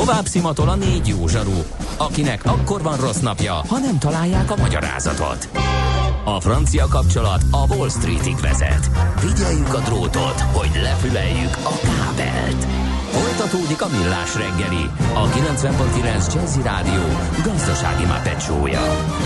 Tovább szimatol a 4 jó zsaru, akinek akkor van rossz napja, ha nem találják a magyarázatot. A francia kapcsolat a Wall Streetig vezet. Figyeljük a drótot, hogy lefüleljük a kábelt. Folytatódik a Millás reggeli, a 90.9 Jazzy Rádió gazdasági Muppet show-ja.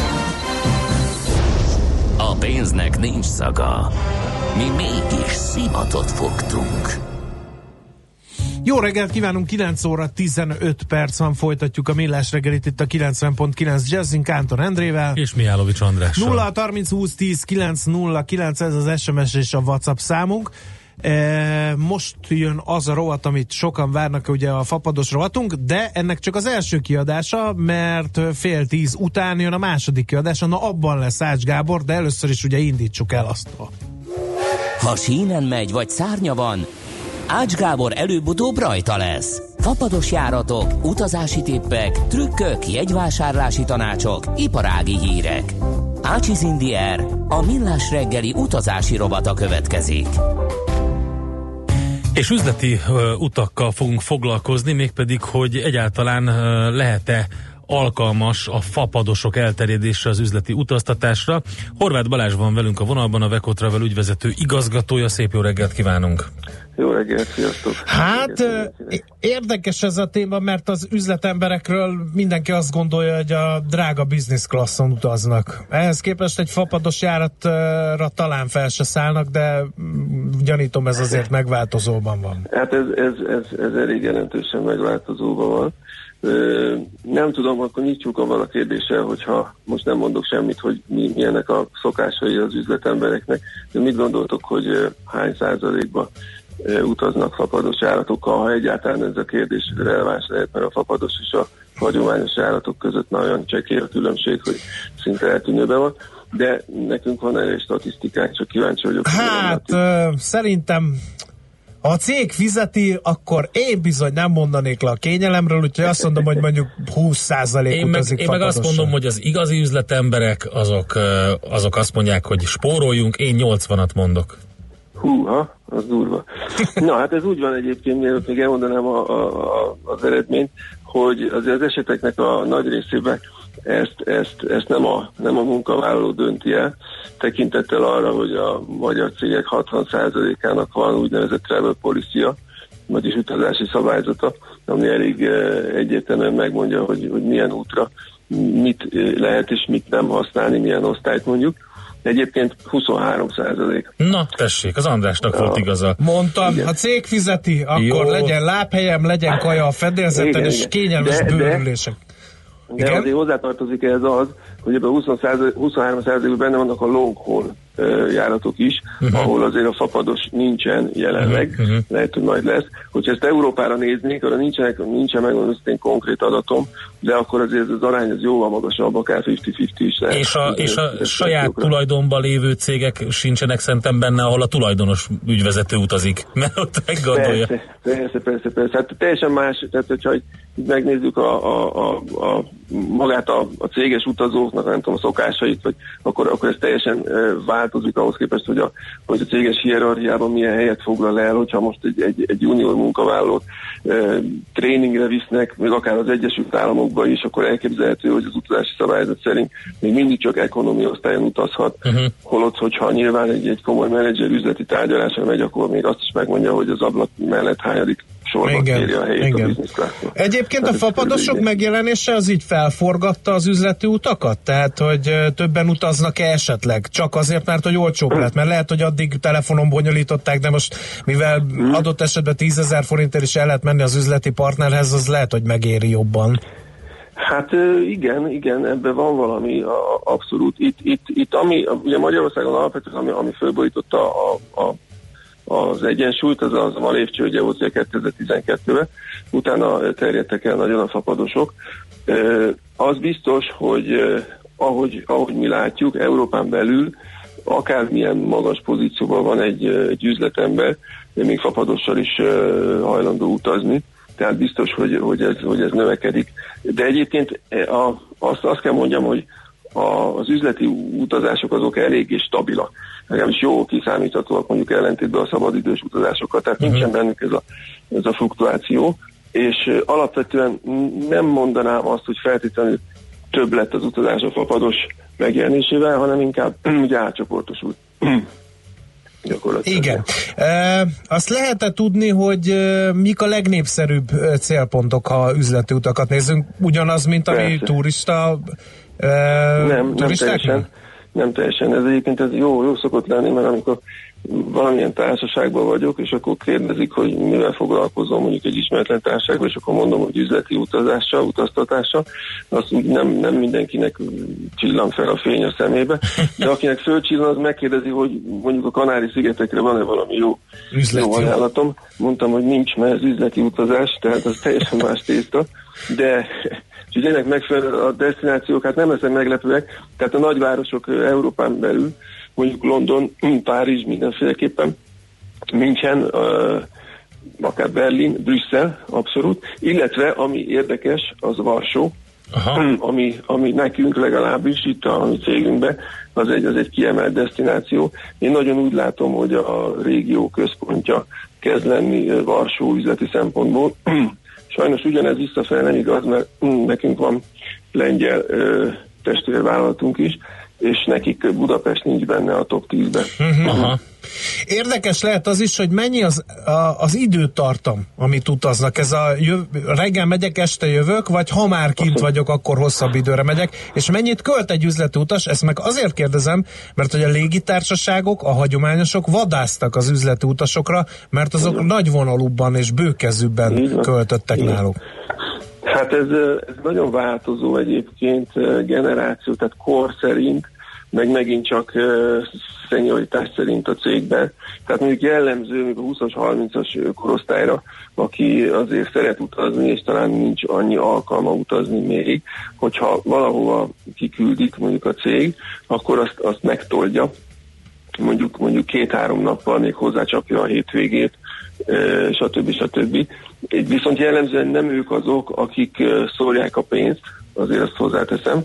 A pénznek nincs szaga. Mi mégis szimatot fogtunk. Jó reggelt kívánunk, 9 óra 15 perc van, folytatjuk a Millás reggelit itt a 90.9 Jazzin Kántor Endrével. És Mihálovics Andrással. 0 30 20 10 909, ez az SMS és a WhatsApp számunk. Most jön az a rovat, amit sokan várnak, ugye a fapados rovatunk, de ennek csak az első kiadása, mert 9:30 után jön a második kiadása, na abban lesz Ács Gábor, de először is ugye indítsuk el azt. Ha sínen megy, vagy szárnya van, Ács Gábor előbb-utóbb rajta lesz. Fapados járatok, utazási tippek, trükkök, jegyvásárlási tanácsok, iparági hírek. Ácsiz in the Air, a Millás reggeli utazási rovata következik. És üzleti utakkal fogunk foglalkozni, mégpedig, hogy egyáltalán lehet-e alkalmas a fapadosok elterjedésre az üzleti utaztatásra. Horváth Balázs van velünk a vonalban, a Veco Travel ügyvezető igazgatója. Szép jó reggelt kívánunk! Jó reggelt, sziasztok! Hát érdekes ez a téma, mert az üzletemberekről mindenki azt gondolja, hogy a drága business classon utaznak. Ehhez képest egy fapados járatra talán fel se szállnak, de gyanítom, ez azért megváltozóban van. Hát ez elég jelentősen megváltozóban van. Nem tudom, akkor nyitjuk avval a kérdéssel, hogyha most nem mondok semmit, hogy milyenek a szokásai az üzletembereknek, de mit gondoltok, hogy hány százalékban utaznak fapados járatokkal, ha egyáltalán ez a kérdés releváns lehet, mert a fapados és a hagyományos járatok között nagyon csekély a különbség, hogy szinte eltűnőben van, de nekünk van erre statisztikák, csak kíváncsi vagyok. Hát szerintem ha a cég fizeti, akkor én bizony nem mondanék le a kényelemről, úgyhogy azt mondom, hogy mondjuk 20% utazik Én meg azt mondom, hogy az igazi üzletemberek, azok azt mondják, hogy spóroljunk, én 80-at mondok. Húha, az durva. Na, hát ez úgy van egyébként, mielőtt még elmondanám az eredményt, hogy azért az eseteknek a nagy részében ezt nem a munkavállaló dönti el, tekintettel arra, hogy a magyar cégek 60%-ának van úgynevezett travel policy-ja, vagyis utazási szabályzata, ami elég egyértelműen megmondja, hogy milyen útra mit lehet és mit nem használni, milyen osztályt mondjuk. Egyébként 23%. Na, tessék, az Andrásnak volt igaza. Mondtam, igen. Ha cég fizeti, akkor jó. Legyen lábhelyem, legyen kaja a fedélzeten, és kényelmes bőrülések. De azért hozzátartozik ez az, hogy ebben 23%-ban benne vannak a long haul járatok is, ahol azért a fapados nincsen jelenleg, lehet, hogy majd lesz. Hogyha ezt Európára néznék, arra nincsen megmondani konkrét adatom, de akkor azért az arány az jóval magasabb, akár 50-50 is lehet. És a saját tulajdonban lévő cégek sincsenek szerintem benne, ahol a tulajdonos ügyvezető utazik, mert ott meggondolja. Persze. Hát teljesen más, tehát hogyha megnézzük magát a céges utazóknak, nem tudom, a szokásait, vagy akkor ez teljesen változik ahhoz képest, hogy a céges hierarchiában milyen helyet foglal el, hogyha most egy junior munkavállalót tréningre visznek, még akár az Egyesült Államokban is, akkor elképzelhető, hogy az utazási szabályzat szerint még mindig csak economy osztályon utazhat, holott, hogyha nyilván egy komoly menedzser üzleti tárgyalásra megy, akkor még azt is megmondja, hogy az ablak mellett hányadik sorban kéri a helyét a business class-on. Egyébként a fapadosok megjelenése az így felforgatta az üzleti utakat? Tehát, hogy többen utaznak-e esetleg? Csak azért, mert hogy olcsóbb lett? Mert lehet, hogy addig telefonon bonyolították, de most mivel adott esetben 10 000 forintért is el lehet menni az üzleti partnerhez, az lehet, hogy megéri jobban. Hát igen, ebben van valami abszolút. Itt ami, ugye Magyarországon alapvetően, ami fölborította az egyensúlyt, az a malévcsődje volt 2012-ben, utána terjedtek el nagyon a fapadosok. Az biztos, hogy ahogy mi látjuk, Európán belül akármilyen magas pozícióban van egy üzletember, de még fapadossal is hajlandó utazni, tehát biztos, hogy ez növekedik. De egyébként azt kell mondjam, hogy az üzleti utazások azok eléggé stabilak. Legalábbis jó kiszámíthatóak mondjuk ellentétben a szabadidős utazásokkal, tehát nincsen bennük ez a fluktuáció. és alapvetően nem mondanám azt, hogy feltétlenül több lett az utazás a fapados megjelenésével, hanem inkább ugye átcsoportosult. Igen. Azt lehet-e tudni, hogy mik a legnépszerűbb célpontok, ha üzleti utakat nézzünk? Ugyanaz, mint ami turista nem teljesen. Ez egyébként jó szokott lenni, mert amikor valamilyen társaságban vagyok, és akkor kérdezik, hogy mivel foglalkozom mondjuk egy ismeretlen társaságban, és akkor mondom, hogy üzleti utazással, utaztatással, azt úgy nem mindenkinek csillan fel a fény a szemébe, de akinek fölcsillan, az megkérdezi, hogy mondjuk a Kanári-szigetekre van-e valami jó ajánlatom. Mondtam, hogy nincs, mert ez üzleti utazás, tehát az teljesen más tészta, de és ennek megfelelően a desztinációk, hát nem lesznek meglepőek, tehát a nagyvárosok Európán belül, mondjuk London, Párizs mindenféleképpen, München, akár Berlin, Brüsszel, abszolút, illetve ami érdekes, az Varsó, ami nekünk legalábbis itt a mi cégünkben, az egy kiemelt desztináció. Én nagyon úgy látom, hogy a régió központja kezd lenni Varsó üzleti szempontból. Sajnos ugyanez visszafelé nem igaz, mert nekünk van lengyel testvérvállalatunk is, és nekik Budapest nincs benne a top 10-ben. Aha. Érdekes lehet az is, hogy mennyi az időtartam, amit utaznak. Ez reggel megyek, este jövök, vagy ha már kint vagyok, akkor hosszabb időre megyek, és mennyit költ egy üzleti utas? Ezt meg azért kérdezem, mert hogy a légitársaságok, a hagyományosok vadásztak az üzleti utasokra, mert azok nagyvonalúbban és bőkezűbben költöttek náluk. Hát ez nagyon változó egyébként generáció, tehát kor szerint, meg megint csak szenioritás szerint a cégben. Tehát mondjuk jellemző, mondjuk a 20-as, 30-as korosztályra, aki azért szeret utazni, és talán nincs annyi alkalma utazni még, hogyha valahova kiküldik mondjuk a cég, akkor azt megtoldja, mondjuk 2-3 nappal még hozzácsapja a hétvégét, stb. Viszont jellemzően nem ők azok, akik szórják a pénzt, azért azt hozzáteszem,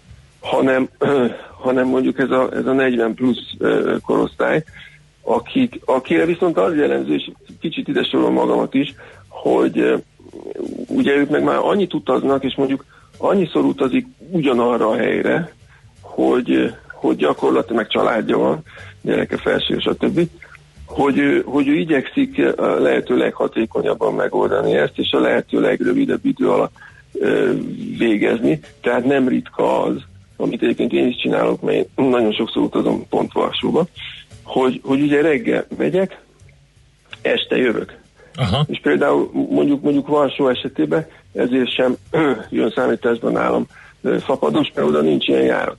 hanem mondjuk ez a 40 plusz korosztály, akire viszont az jellemző, és kicsit ide sorolom magamat is, hogy ugye ők meg már annyit utaznak, és mondjuk annyiszor utazik ugyanarra a helyre, hogy gyakorlatilag meg családja van, gyereke, felső, stb., hogy ő igyekszik a lehető leghatékonyabban megoldani ezt, és a lehető legrövidebb idő alatt végezni. Tehát nem ritka az, amit egyébként én is csinálok, mert én nagyon sokszor utazom pont Varsóba, hogy ugye reggel megyek, este jövök. Aha. És például mondjuk Varsó esetében ezért sem jön számításban nálam fapados, mert oda nincs ilyen járat.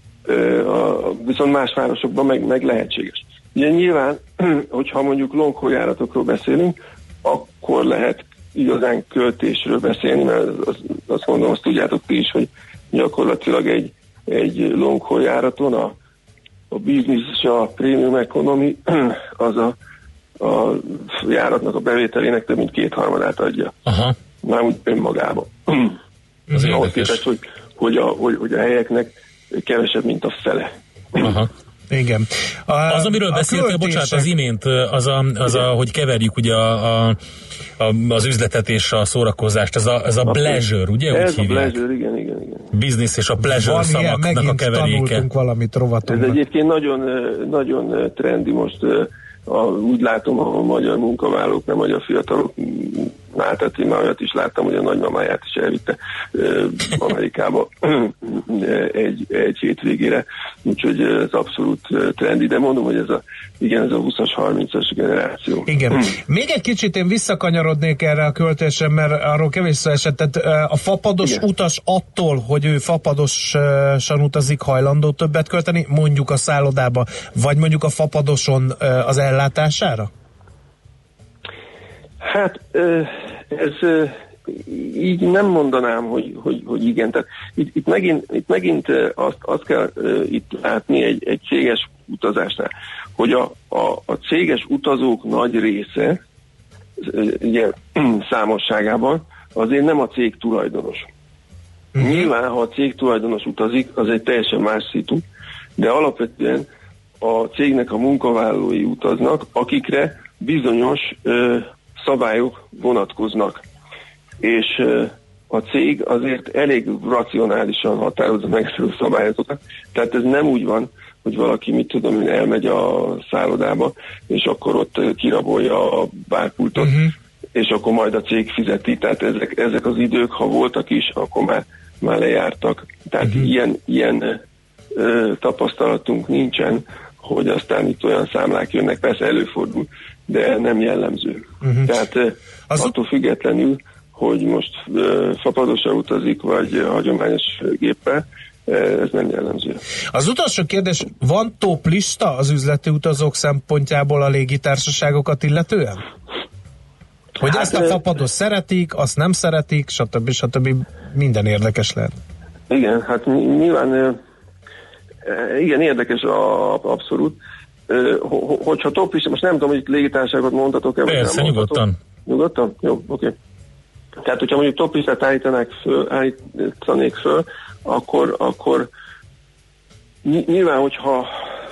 Viszont más városokban meg lehetséges. Ugye nyilván, hogyha mondjuk long-haul járatokról beszélünk, akkor lehet igazán költésről beszélni, mert azt mondom, azt tudjátok ti is, hogy gyakorlatilag egy long-haul járaton a business és a premium economy az a járatnak a bevételének több mint 2/3 adja. Aha. Már úgy önmagában. Ahhoz képest, hogy a helyeknek kevesebb, mint a fele. Aha. Igen. Az, amiről beszéltél, bocsánat, az imént, hogy keverjük ugye az üzletet és a szórakozást, ez a pleasure, ugye? Ez a pleasure, igen. Business és a pleasure szavaknak a keveréke. Tanultunk valamit rovatunkban. Ez egyébként nagyon trendi most, úgy látom, a magyar munkavállalók, nem magyar fiatalok, tehát én már olyat is láttam, hogy a nagymamáját is elvitte Amerikába egy hétvégére, úgyhogy ez abszolút trendi, de mondom, hogy ez a 20-as, 30-as generáció. Igen. Még egy kicsit én visszakanyarodnék erre a költésre, mert arról kevés szó esett, tehát a fapados utas attól, hogy ő fapadosan utazik, hajlandó többet költeni, mondjuk a szállodába, vagy mondjuk a fapadoson az ellátására? Hát ez így nem mondanám, hogy igen. Tehát itt megint azt kell itt látni egy céges utazásnál, hogy a céges utazók nagy része ugye, számosságában azért nem a cég tulajdonos. Nyilván, ha a cég tulajdonos utazik, az egy teljesen más szitu, de alapvetően a cégnek a munkavállalói utaznak, akikre bizonyos szabályok vonatkoznak. és a cég azért elég racionálisan határozza meg ezt a szabályokat. Tehát ez nem úgy van, hogy valaki, mit tudom én, elmegy a szállodába, és akkor ott kirabolja a bárpultot, és akkor majd a cég fizeti. Tehát ezek az idők, ha voltak is, akkor már lejártak. Tehát ilyen tapasztalatunk nincsen, hogy aztán itt olyan számlák jönnek, persze előfordul, de nem jellemző. Tehát attól függetlenül, hogy most fapadosra utazik, vagy hagyományos géppel, ez nem jellemző. Az utolsó kérdés, van toplista az üzleti utazók szempontjából a légitársaságokat illetően? Hogy ezt a fapados szeretik, azt nem szeretik, stb. Minden érdekes lehet. Igen, hát nyilván igen, érdekes abszolút. Hogyha toplista, most nem tudom, hogy itt légitársaságot mondhatok-e. Persze, nyugodtan. Nyugodtan? Jó, oké. Tehát, hogyha mondjuk toplistát állítanék föl, akkor nyilván, hogyha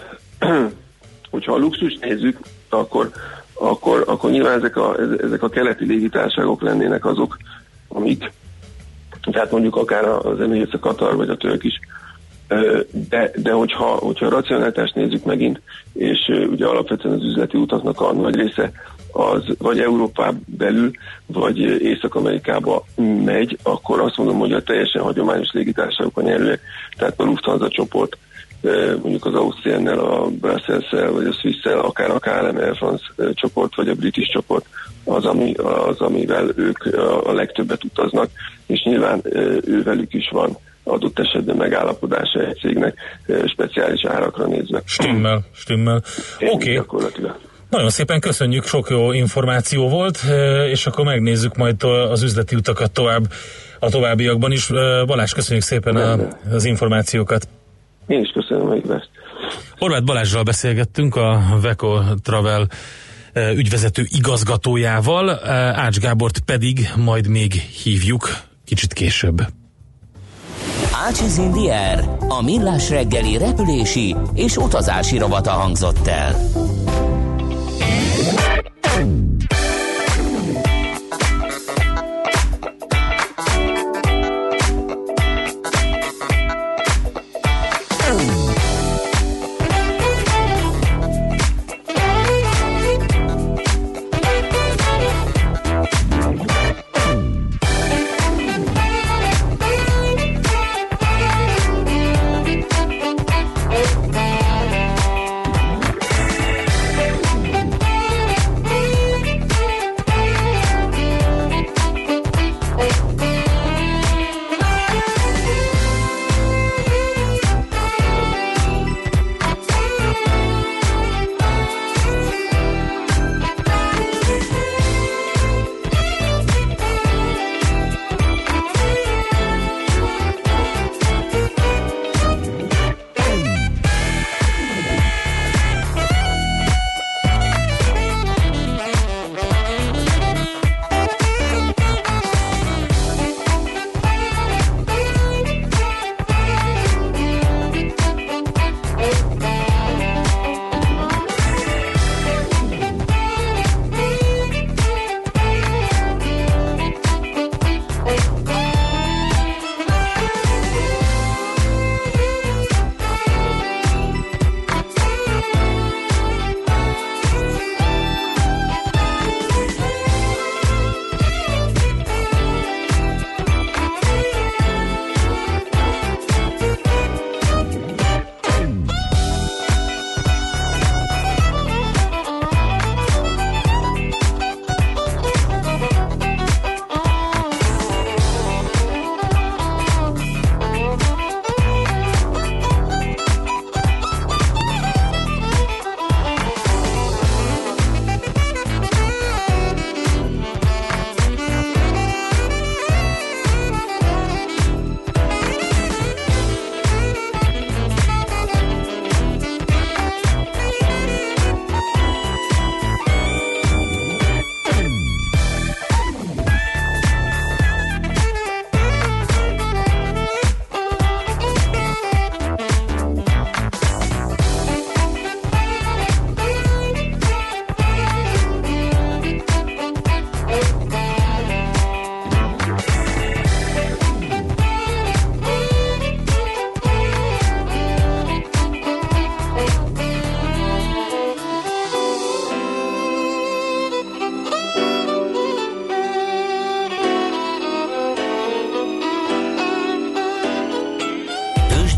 a luxus nézzük, akkor nyilván ezek a keleti légitársaságok lennének azok, amik, tehát mondjuk akár az Emirates, a Katar vagy a Török is, de hogyha a racionalitást nézzük megint, és ugye alapvetően az üzleti utaknak a nagy része az vagy Európában belül, vagy Észak-Amerikába megy, akkor azt mondom, hogy a teljesen hagyományos légitársaságok a nyerőek, tehát a Lufthansa csoport, mondjuk az Austriannel, a Brussels-el, vagy a Swiss-el, akár a KLM Air France csoport, vagy a British csoport, az, amivel ők a legtöbbet utaznak, és nyilván ővelük is van adott esetben megállapodása egy cégnek speciális árakra nézve. Stimmel. Oké. Nagyon szépen köszönjük, sok jó információ volt, és akkor megnézzük majd az üzleti utakat a továbbiakban is. Balázs, köszönjük szépen az információkat. Én is köszönöm a hívást. Horváth Balázsral beszélgettünk, a Veco Travel ügyvezető igazgatójával, Ács Gábort pedig majd még hívjuk kicsit később. Ácsiz Indiér, a millás reggeli repülési és utazási rovata hangzott el.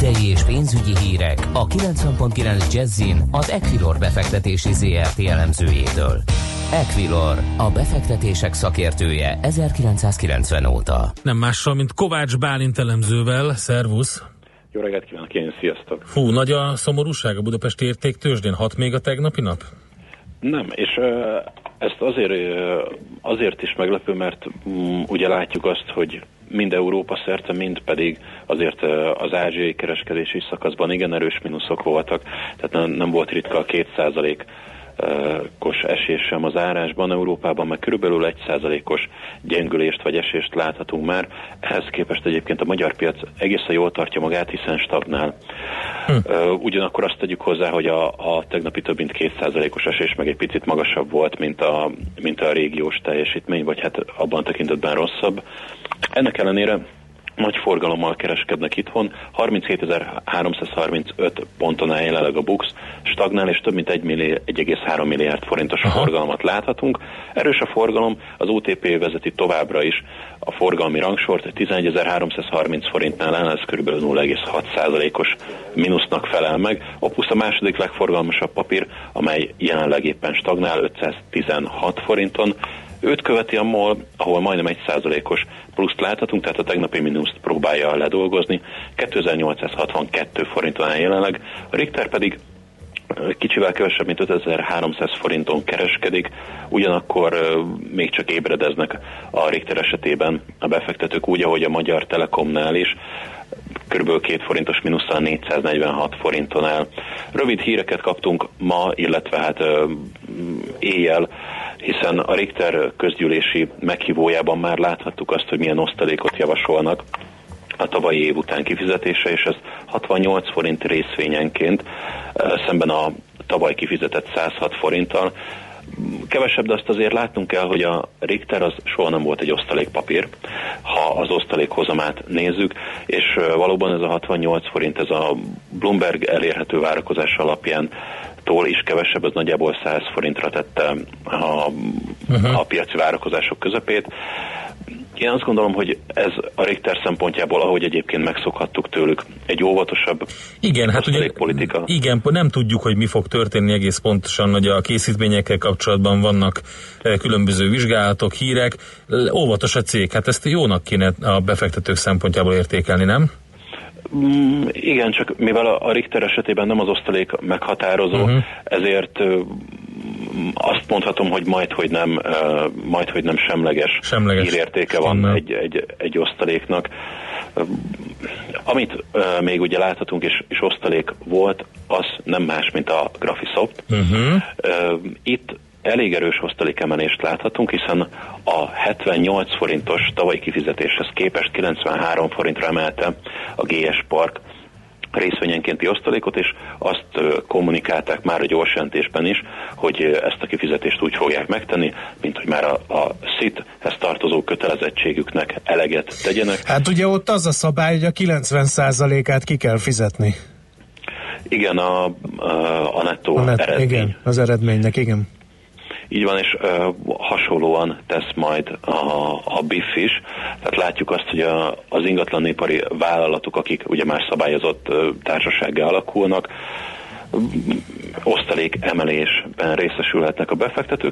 Tőzsdei és pénzügyi hírek a 90.9 Jazzin az Equilor befektetési ZRT elemzőjétől. Equilor, a befektetések szakértője 1990 óta. Nem mással, mint Kovács Bálint elemzővel. Szervusz! Jó reggelt kívánok én, sziasztok! Fú, nagy a szomorúság a Budapesti Értéktőzsdén? Hat még a tegnapi nap? Nem, és ezt azért is meglepő, mert ugye látjuk azt, hogy mind Európa szerte, mind pedig azért az ázsiai kereskedési szakaszban igen erős mínuszok voltak, tehát nem volt ritka a 2%-os esés sem az árásban, Európában meg körülbelül 1%-os gyengülést vagy esést láthatunk már. Ehhez képest egyébként a magyar piac egészen jól tartja magát, hiszen stagnál. Ugyanakkor azt tegyük hozzá, hogy a tegnapi több mint 2%-os esés meg egy picit magasabb volt, mint a régiós teljesítmény, vagy hát abban tekintetben rosszabb. Ennek ellenére nagy forgalommal kereskednek itthon, 37.335 ponton áll jelenleg a BUX, stagnál, és több mint 1,3 milliárd forintos forgalmat láthatunk. Erős a forgalom, az OTP vezeti továbbra is a forgalmi rangsort, 11.330 forintnál áll, ez kb. 0,6%-os mínusznak felel meg. Opus a második legforgalmasabb papír, amely jelenleg éppen stagnál 516 forinton. Őt követi a MOL, ahol majdnem 1%-os pluszt láthatunk, tehát a tegnapi mínuszt próbálja ledolgozni, 2862 forinton áll jelenleg, a Richter pedig kicsivel kevesebb, mint 5300 forinton kereskedik, ugyanakkor még csak ébredeznek a Richter esetében a befektetők úgy, ahogy a Magyar Telekomnál is, kb. 2 forintos mínusszal 446 forinton áll. Rövid híreket kaptunk ma, illetve hát éjjel, hiszen a Richter közgyűlési meghívójában már láthattuk azt, hogy milyen osztalékot javasolnak a tavalyi év után kifizetése, és ez 68 forint részvényenként, szemben a tavaly kifizetett 106 forinttal. Kevesebb, de azt azért látnunk kell, hogy a Richter az soha nem volt egy osztalékpapír, ha az osztalékhozamát nézzük, és valóban ez a 68 forint, ez a Bloomberg elérhető várakozás alapján is kevesebb, az nagyjából 100 forintra tette a piaci várakozások közepét. Én azt gondolom, hogy ez a Richter szempontjából, ahogy egyébként megszokhattuk tőlük, egy óvatosabb osztalékpolitika. Igen, nem tudjuk, hogy mi fog történni egész pontosan, hogy a készítményekkel kapcsolatban vannak különböző vizsgálatok, hírek. Óvatos a cég, hát ezt jónak kéne a befektetők szempontjából értékelni, nem? Igen, csak mivel a Richter esetében nem az osztalék meghatározó, ezért azt mondhatom, hogy majdhogy nem semleges hírértéke van egy osztaléknak. Amit még ugye láthatunk, és osztalék volt, az nem más, mint a Graphisoft. Itt elég erős osztalékemelést láthatunk, hiszen a 78 forintos tavalyi kifizetéshez képest 93 forintra emelte a GS Park részvényenkénti osztalékot, és azt kommunikálták már a gyors jelentésben is, hogy ezt a kifizetést úgy fogják megtenni, mint hogy már a SZIT-hez tartozó kötelezettségüknek eleget tegyenek. Hát ugye ott az a szabály, hogy a 90%-át ki kell fizetni. Igen, a nettó eredmény. Igen, az eredménynek, igen. Így van, és hasonlóan tesz majd a BIF is. Tehát látjuk azt, hogy az ingatlanipari vállalatok, akik ugye már szabályozott társasággá alakulnak, osztalék emelésben részesülhetnek a befektetők.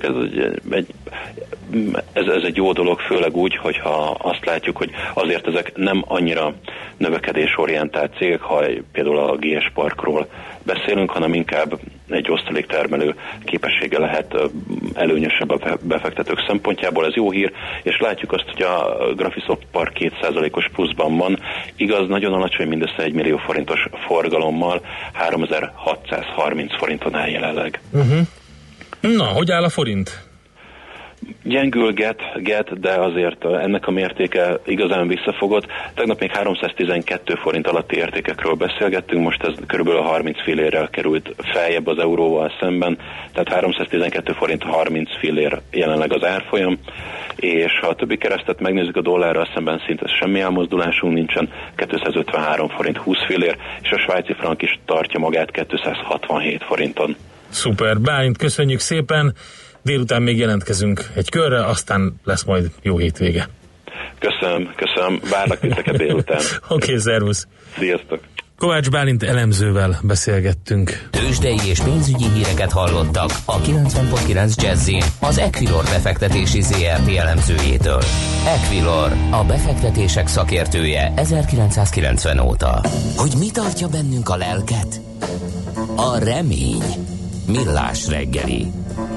Ez egy jó dolog, főleg úgy, hogyha azt látjuk, hogy azért ezek nem annyira növekedésorientált cégek, ha például a GS Parkról beszélünk, hanem inkább egy osztaléktermelő képessége lehet előnyösebb a befektetők szempontjából. Ez jó hír, és látjuk azt, hogy a Graphisoft Park 2%-os pluszban van. Igaz, nagyon alacsony, mindössze 1 millió forintos forgalommal, 3630 forinton áll jelenleg. Na, hogy áll a forint? Gyengül get, de azért ennek a mértéke igazán visszafogott. Tegnap még 312 forint alatti értékekről beszélgettünk, most ez körülbelül 30 fillérrel került feljebb az euróval szemben, tehát 312 forint 30 fillér jelenleg az árfolyam, és ha a többi keresztet megnézzük, a dollárral szemben szinte semmi elmozdulásunk nincsen, 253 forint 20 fillér, és a svájci frank is tartja magát 267 forinton. Szuper, Bálint, köszönjük szépen! Délután még jelentkezünk egy körre, aztán lesz majd jó hétvége. Köszönöm. Várlak titeket délután. Oké, szervusz. Sziasztok. Kovács Bálint elemzővel beszélgettünk. Tőzsdei és pénzügyi híreket hallottak a 90.9 Jazzin az Equilor befektetési ZRT elemzőjétől. Equilor, a befektetések szakértője 1990 óta. Hogy mi tartja bennünk a lelket? A remény. Millás reggeli.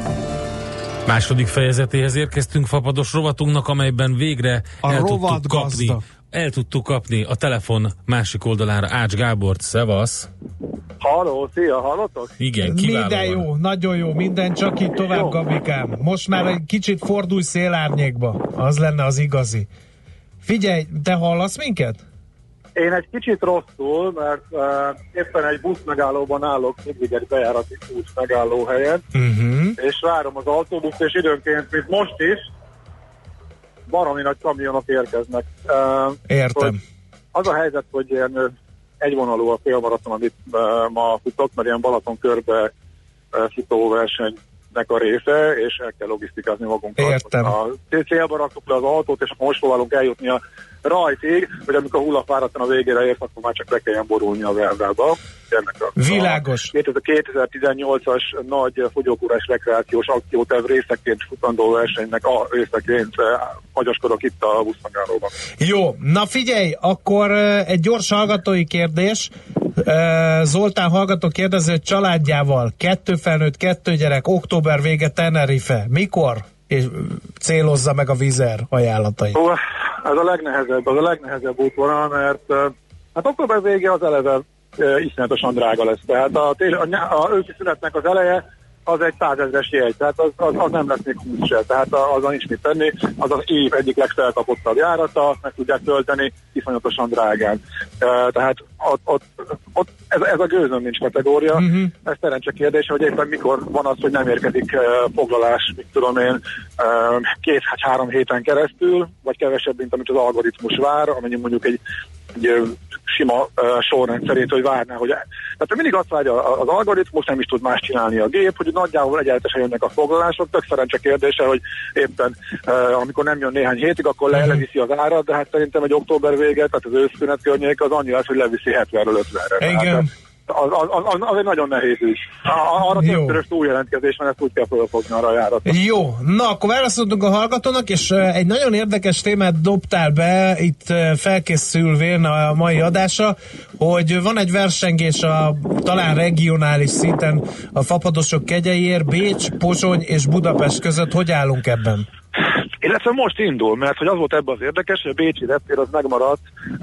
Második fejezetéhez érkeztünk fapados rovatunknak, amelyben végre el tudtuk kapni a telefon másik oldalára Ács Gábort. Szevasz! Halló, szia, hallotok? Igen, kiválóan. Minden jó, nagyon jó, minden csak így tovább, jó. Gabikám. Most már egy kicsit fordulj szélárnyékba, az lenne az igazi. Figyelj, te hallasz minket? Én egy kicsit rosszul, mert éppen egy busz megállóban állok, mindig egy bejárati út megállóhelyen, és várom az autóbuszt, és időnként, mint most is, baromi nagy kamionok érkeznek. Értem. Az a helyzet, hogy ilyen egyvonalú a félmaraton, amit ma futok, mert ilyen Balaton körbe futóversenynek a része, és el kell logisztikázni magunkat. Értem. A célba raktuk le az autót, és most próbálunk eljutni a rajtig, hogy amikor hullafáradtan a végére érsz, akkor már csak be kelljen borulni a Verdába. Világos. 2018-as nagy fogyókúrás rekreációs akcióterv részeként futandó versenynek a részeként agyaskodok itt a buszmegállóban. Jó, na figyelj, akkor egy gyors hallgatói kérdés. Zoltán hallgató kérdezi, hogy családjával 2 felnőtt, 2 gyerek, október vége Tenerife. Mikor? És célozza meg a Vizer ajánlatai. Ez a legnehezebb útvonal, mert hát október vége az eleve iszonyatosan drága lesz. Tehát a őszi szünetnek az eleje az egy 100 000-es jegy, tehát az nem lesz még 20 se, tehát azon nincs mit tenni, az az év egyik legfelkapottabb járata, meg tudják tölteni iszonyatosan drágán. Tehát ott ez a gőzön nincs kategória, ez szerencse kérdése, hogy éppen mikor van az, hogy nem érkezik foglalás, mit tudom én, 2-3 héten keresztül, vagy kevesebb, mint amit az algoritmus vár, amennyi mondjuk egy sima sorrend szerint, hogy várná, hogy... Tehát mindig azt várja az algoritmus, nem is tud más csinálni a gép, hogy nagyjából egyenletesen jönnek a foglalások, tök szerencse kérdése, hogy éppen amikor nem jön néhány hétig, akkor leviszi az árat, de hát szerintem egy október vége, tehát az őszszünet környék az annyi lesz, hogy leviszi 70-ről 50-re. Igen. Az egy nagyon nehéz is. Arra többszörös túljelentkezés, mert ezt úgy kell fölfogni arra a járatot. Jó, na akkor válaszoltunk a hallgatónak, és egy nagyon érdekes témát dobtál be, itt felkészülvén a mai adásra, hogy van egy versengés talán regionális szinten a fapadosok kegyeiért, Bécs, Pozsony és Budapest között. Hogy állunk ebben? Illetve most indul, mert hogy az volt ebben az érdekes, hogy a bécsi reptér az megmaradt.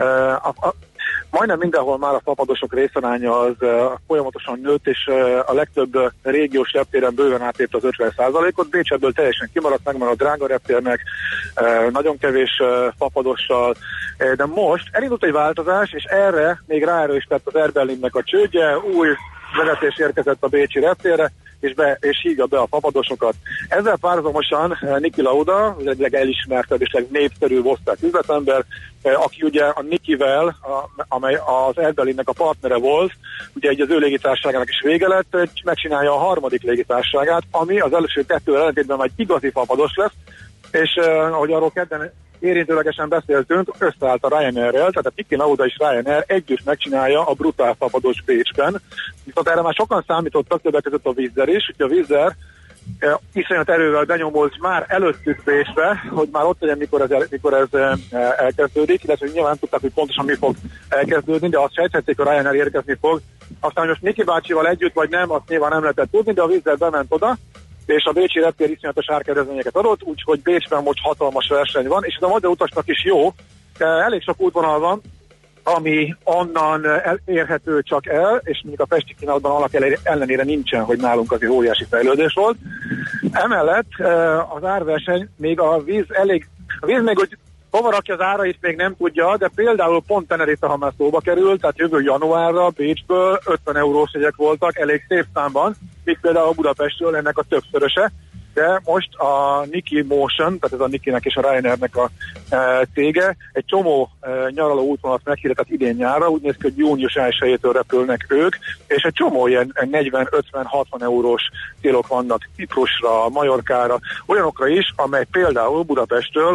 Majdnem mindenhol már a fapadosok részaránya az folyamatosan nőtt, és a legtöbb régiós reptéren bőven átért az 50%-ot. Bécs ebből teljesen kimaradt, megmaradt drága reptérnek, nagyon kevés fapadossal, de most elindult egy változás, és erre még ráerősített az Air Berlinnek a csődje, új vezetés érkezett a bécsi reptérre, és hívja be a fapadosokat. Ezzel párhuzamosan Niki Lauda, az egyik elismertebb és legnépszerűbb osztrák üzletember, aki ugye a Nikivel, amely az Air Berlinnek a partnere volt, ugye egy az ő légitársaságának is vége lett, megcsinálja a harmadik légitársaságát, ami az első 2 ellentétben már egy igazi fapados lesz, és ahogy arról kedden érintőlegesen beszéltünk, összeállt a Ryanair-rel, tehát a Niki Lauda és Ryanair együtt megcsinálja a brutál fapados Bécsben. Viszont erre már sokan számítottak, többek között a Wizzair is, hogy a Wizzair iszonyat erővel benyomult már előttük Bécsbe, hogy már ott legyen, mikor ez elkezdődik, illetve nyilván tudták, hogy pontosan mi fog elkezdődni, de azt sejthették, hogy a Ryanair érkezni fog. Aztán most Niki bácsival együtt vagy nem, azt nyilván nem lehetett tudni, de a Wizzair bement oda, és a bécsi reptér iszonyatos árkedvezményeket adott, úgyhogy Bécsben most hatalmas verseny van, és ez a magyar utasnak is jó. Elég sok útvonal van, ami onnan érhető csak el, és mondjuk a pesti kínálatban annak ellenére nincsen, hogy nálunk azért óriási fejlődés volt. Emellett az árverseny még a víz még, hogy hova rakja az árait, még nem tudja, de például pont Tenerife, ha már szóba került, tehát jövő januárra Bécsből 50 eurós jegyek voltak elég szép számban, míg például Budapestről ennek a többszöröse, de most a Niki Motion, tehát ez a Nikinek és a Ryanairnek a cége, egy csomó nyaraló útvonalat meghirdetett idén nyárra, úgy néz ki, hogy június 1-től repülnek ők, és egy csomó ilyen 40-50-60 eurós célok vannak Ciprusra, Majorkára, olyanokra is, amely például Budapesttől a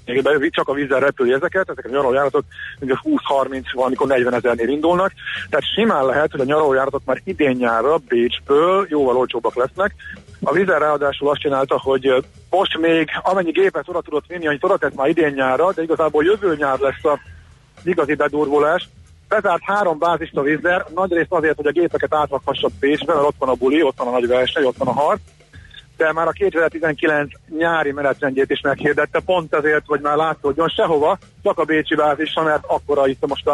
csak a vízzel repüli ezeket a nyaralójáratok 20-30, valamikor 40 000-nél indulnak, tehát simán lehet, hogy a nyaralójáratok már idén nyárra Bécsből jóval olcsóbbak lesznek. A vízzel ráadásul azt csinálta, hogy most még amennyi gépet oda tudott vinni, annyit oda tett már idén nyárra, de igazából jövő nyár lesz a igazi bedurvulás. Bezárt 3 bázist a vízzel, nagyrészt azért, hogy a gépeket átvakhassa Bécsbe, mert ott van a buli, ott van a nagy verseny, ott van a harc, de már a 2019 nyári menetrendjét is meghirdette, pont azért, hogy már látszódjon sehova, csak a bécsi bázisra, mert akkora itt most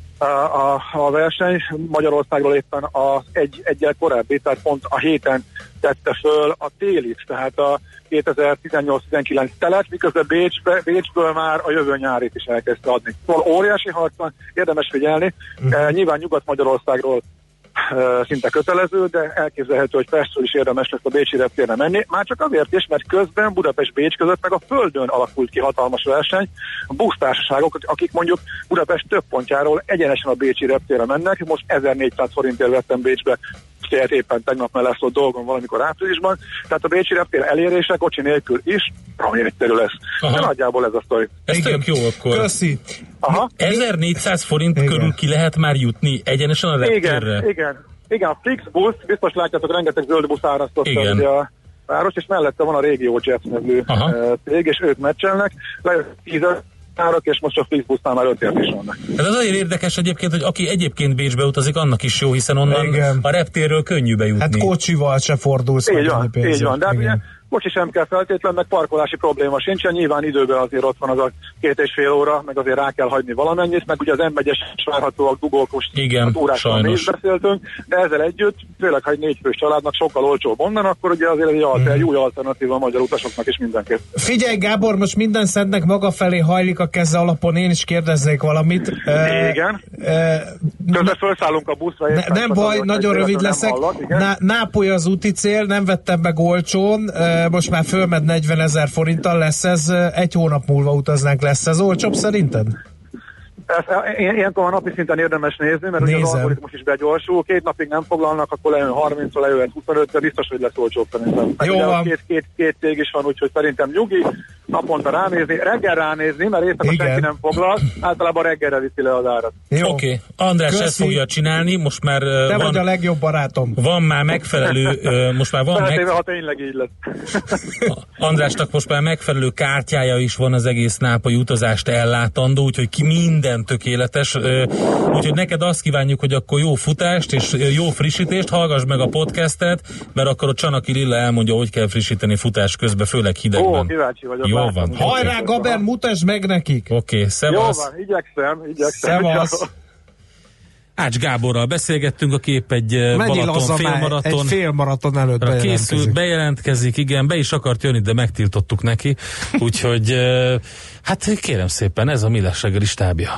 a verseny. Magyarországról éppen egyel korábbi, tehát pont a héten tette föl a télit, tehát a 2018-19 telet, miközben Bécsből már a jövő nyárit is elkezdte adni. Szóval óriási harc van, érdemes figyelni. Nyilván Nyugat-Magyarországról szinte kötelező, de elképzelhető, hogy Pestről is érdemes lesz a bécsi reptérre menni. Már csak azért is, mert közben Budapest-Bécs között meg a földön alakult ki hatalmas verseny. A busztársaságok, akik mondjuk Budapest több pontjáról egyenesen a bécsi reptérre mennek, most 1400 forintért vettem Bécsbe, éppen tegnap már lesz ott dolgom valamikor áprilisban, tehát a bécsi reptér elérése kocsi nélkül is egyszerű lesz. De nagyjából ez a sztori. Ez tök jó akkor. Köszi. 1400 forint körül ki lehet már jutni egyenesen a reptérre? Igen, a Flixbusz, biztos látjátok, rengeteg zöld busz árasztotta ugye a város, és mellette van a RegioJet nevű cég, és ők meccselnek, lejött 10 árak, és most a Flixbusznál már 5 is vannak. Ez az azért érdekes egyébként, hogy aki egyébként Bécsbe utazik, annak is jó, hiszen onnan a reptérről könnyű bejutni. Hát kocsival se fordulsz. Így van, de ugye kocsi sem kell feltétlenül, meg parkolási probléma sincsen, nyilván időben azért ott van az a 2,5 óra, meg azért rá kell hagyni valamennyit, meg ugye az M1-es várhatóak dugókos órással mi is beszéltünk, de ezzel együtt, főleg ha egy 4 fős családnak sokkal olcsóbb onnan, akkor ugye azért egy jó alternatíva a magyar utasoknak is mindenképp. Figyelj Gábor, most minden szednek maga felé hajlik a keze alapon, én is kérdeznék valamit. Igen. Közben felszállunk a buszra. Nem baj, nagyon rövid leszek. Nápoly az úti cél, nem vettem meg olcsón, most már fölmed 40 000 forinttal, lesz ez, 1 hónap múlva utaznánk, lesz ez olcsóbb szerinted? Ilyenkor a napi szinten érdemes nézni, mert ugye az algoritmus is begyorsul, 2 napig nem foglalnak, akkor lejön 30-ra, lejöhet 25, de biztos, hogy lesz olcsóbb szerintem. Jó van. Két cég is van, úgyhogy szerintem nyugi, naponta ránézni, reggel ránézni, mert éjszaka senki nem foglal, általában reggelre viszi le az árat. Oké. András ezt fogja csinálni, most már te vagy a legjobb barátom. Van már megfelelő, most már van ha tényleg így lesz. Andrásnak most már megfelelő kártyája is van az egész nápolyi utazást ellátandó, úgyhogy ki minden tökéletes. Úgyhogy neked azt kívánjuk, hogy akkor jó futást és jó frissítést, hallgass meg a podcastet, mert akkor a Csanaki Lilla elmondja, hogy kell frissíteni futás közben, főleg hidegben. Kíváncsi vagyok. Jó van. Hajrá, Gaber, mutasd meg nekik! Oké, szevasz. Jó van, igyekszem. Szevasz. Ács Gáborral beszélgettünk, aki épp egy Balaton félmaraton. Egy félmaraton előtt készült, bejelentkezik, igen, be is akart jönni, de megtiltottuk neki. Úgyhogy, hát kérem szépen, ez a Millás reggeli stábja.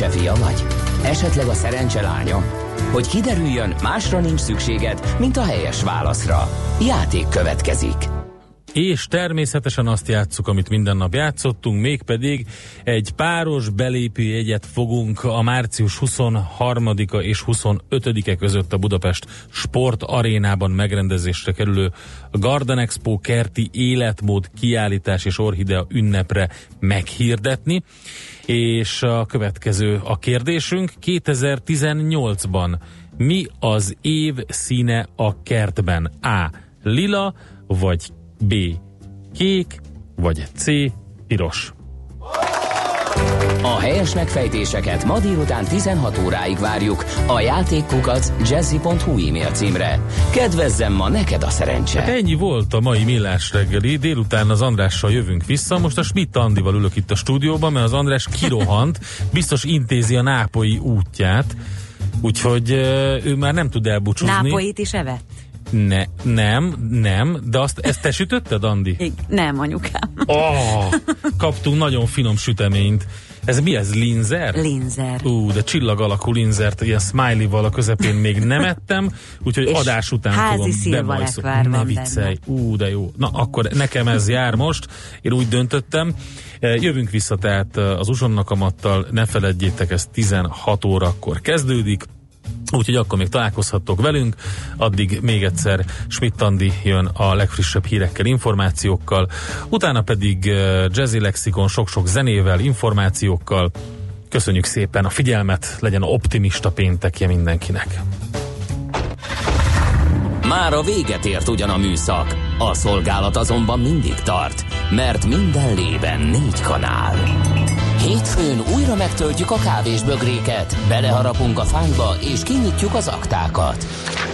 szerencse fia vagy? Esetleg a szerencse lánya? Hogy kiderüljön, másra nincs szükséged, mint a helyes válaszra. Játék következik. És természetesen azt játsszuk, amit minden nap játszottunk, mégpedig egy páros belépőjegyet fogunk a március 23-a és 25-e között a Budapest Sport Arénában megrendezésre kerülő Garden Expo kerti életmód kiállítás és orchidea ünnepre meghirdetni. És a következő a kérdésünk: 2018-ban mi az év színe a kertben? A. Lila, vagy B. kék, vagy C. piros? A helyes megfejtéseket ma délután 16 óráig várjuk a játékkukac@jazzy.hu e-mail címre. Kedvezzem ma neked a szerencse! Hát ennyi volt a mai Millás reggeli. Délután az Andrással jövünk vissza. Most a Schmidt Andival ülök itt a stúdióban, mert az András kirohant, biztos intézi a nápolyi útját, úgyhogy ő már nem tud elbúcsúzni. Nápolyit is evett? Nem, de ezt te sütötted, Andi? Nem, anyukám. Kaptunk nagyon finom süteményt. Ez mi ez, linzer? Linzer. De csillag alakú linzert, ilyen smiley-val a közepén még nem ettem, úgyhogy és adás után fogom bemajszolni. Ne viccelj. De jó. Na, akkor nekem ez jár most. Én úgy döntöttem. Jövünk vissza tehát az Uzsonna kamattal. Ne feledjétek, ez 16 órakor kezdődik. Úgyhogy akkor még találkozhattok velünk, addig még egyszer Schmidt Andi jön a legfrissebb hírekkel, információkkal, utána pedig Jazzy Lexikon sok-sok zenével, információkkal. Köszönjük szépen a figyelmet, legyen optimista péntekje mindenkinek. Már a véget ért ugyan a műszak, a szolgálat azonban mindig tart, mert minden lében 4 kanál. Hétfőn újra megtöltjük a kávésbögréket, beleharapunk a fányba és kinyitjuk az aktákat.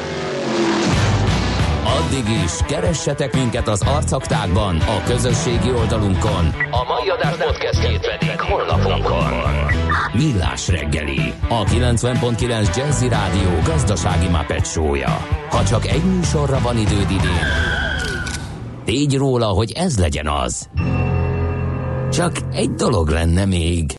Addig is keressetek minket az arcaktákban, a közösségi oldalunkon. A mai adás podcastjét pedig honlapunkon. Millás reggeli, a 90.9 Jazzy Rádió gazdasági Muppet show-ja. Ha csak egy műsorra van időd idén, tégy róla, hogy ez legyen az. Csak egy dolog lenne még.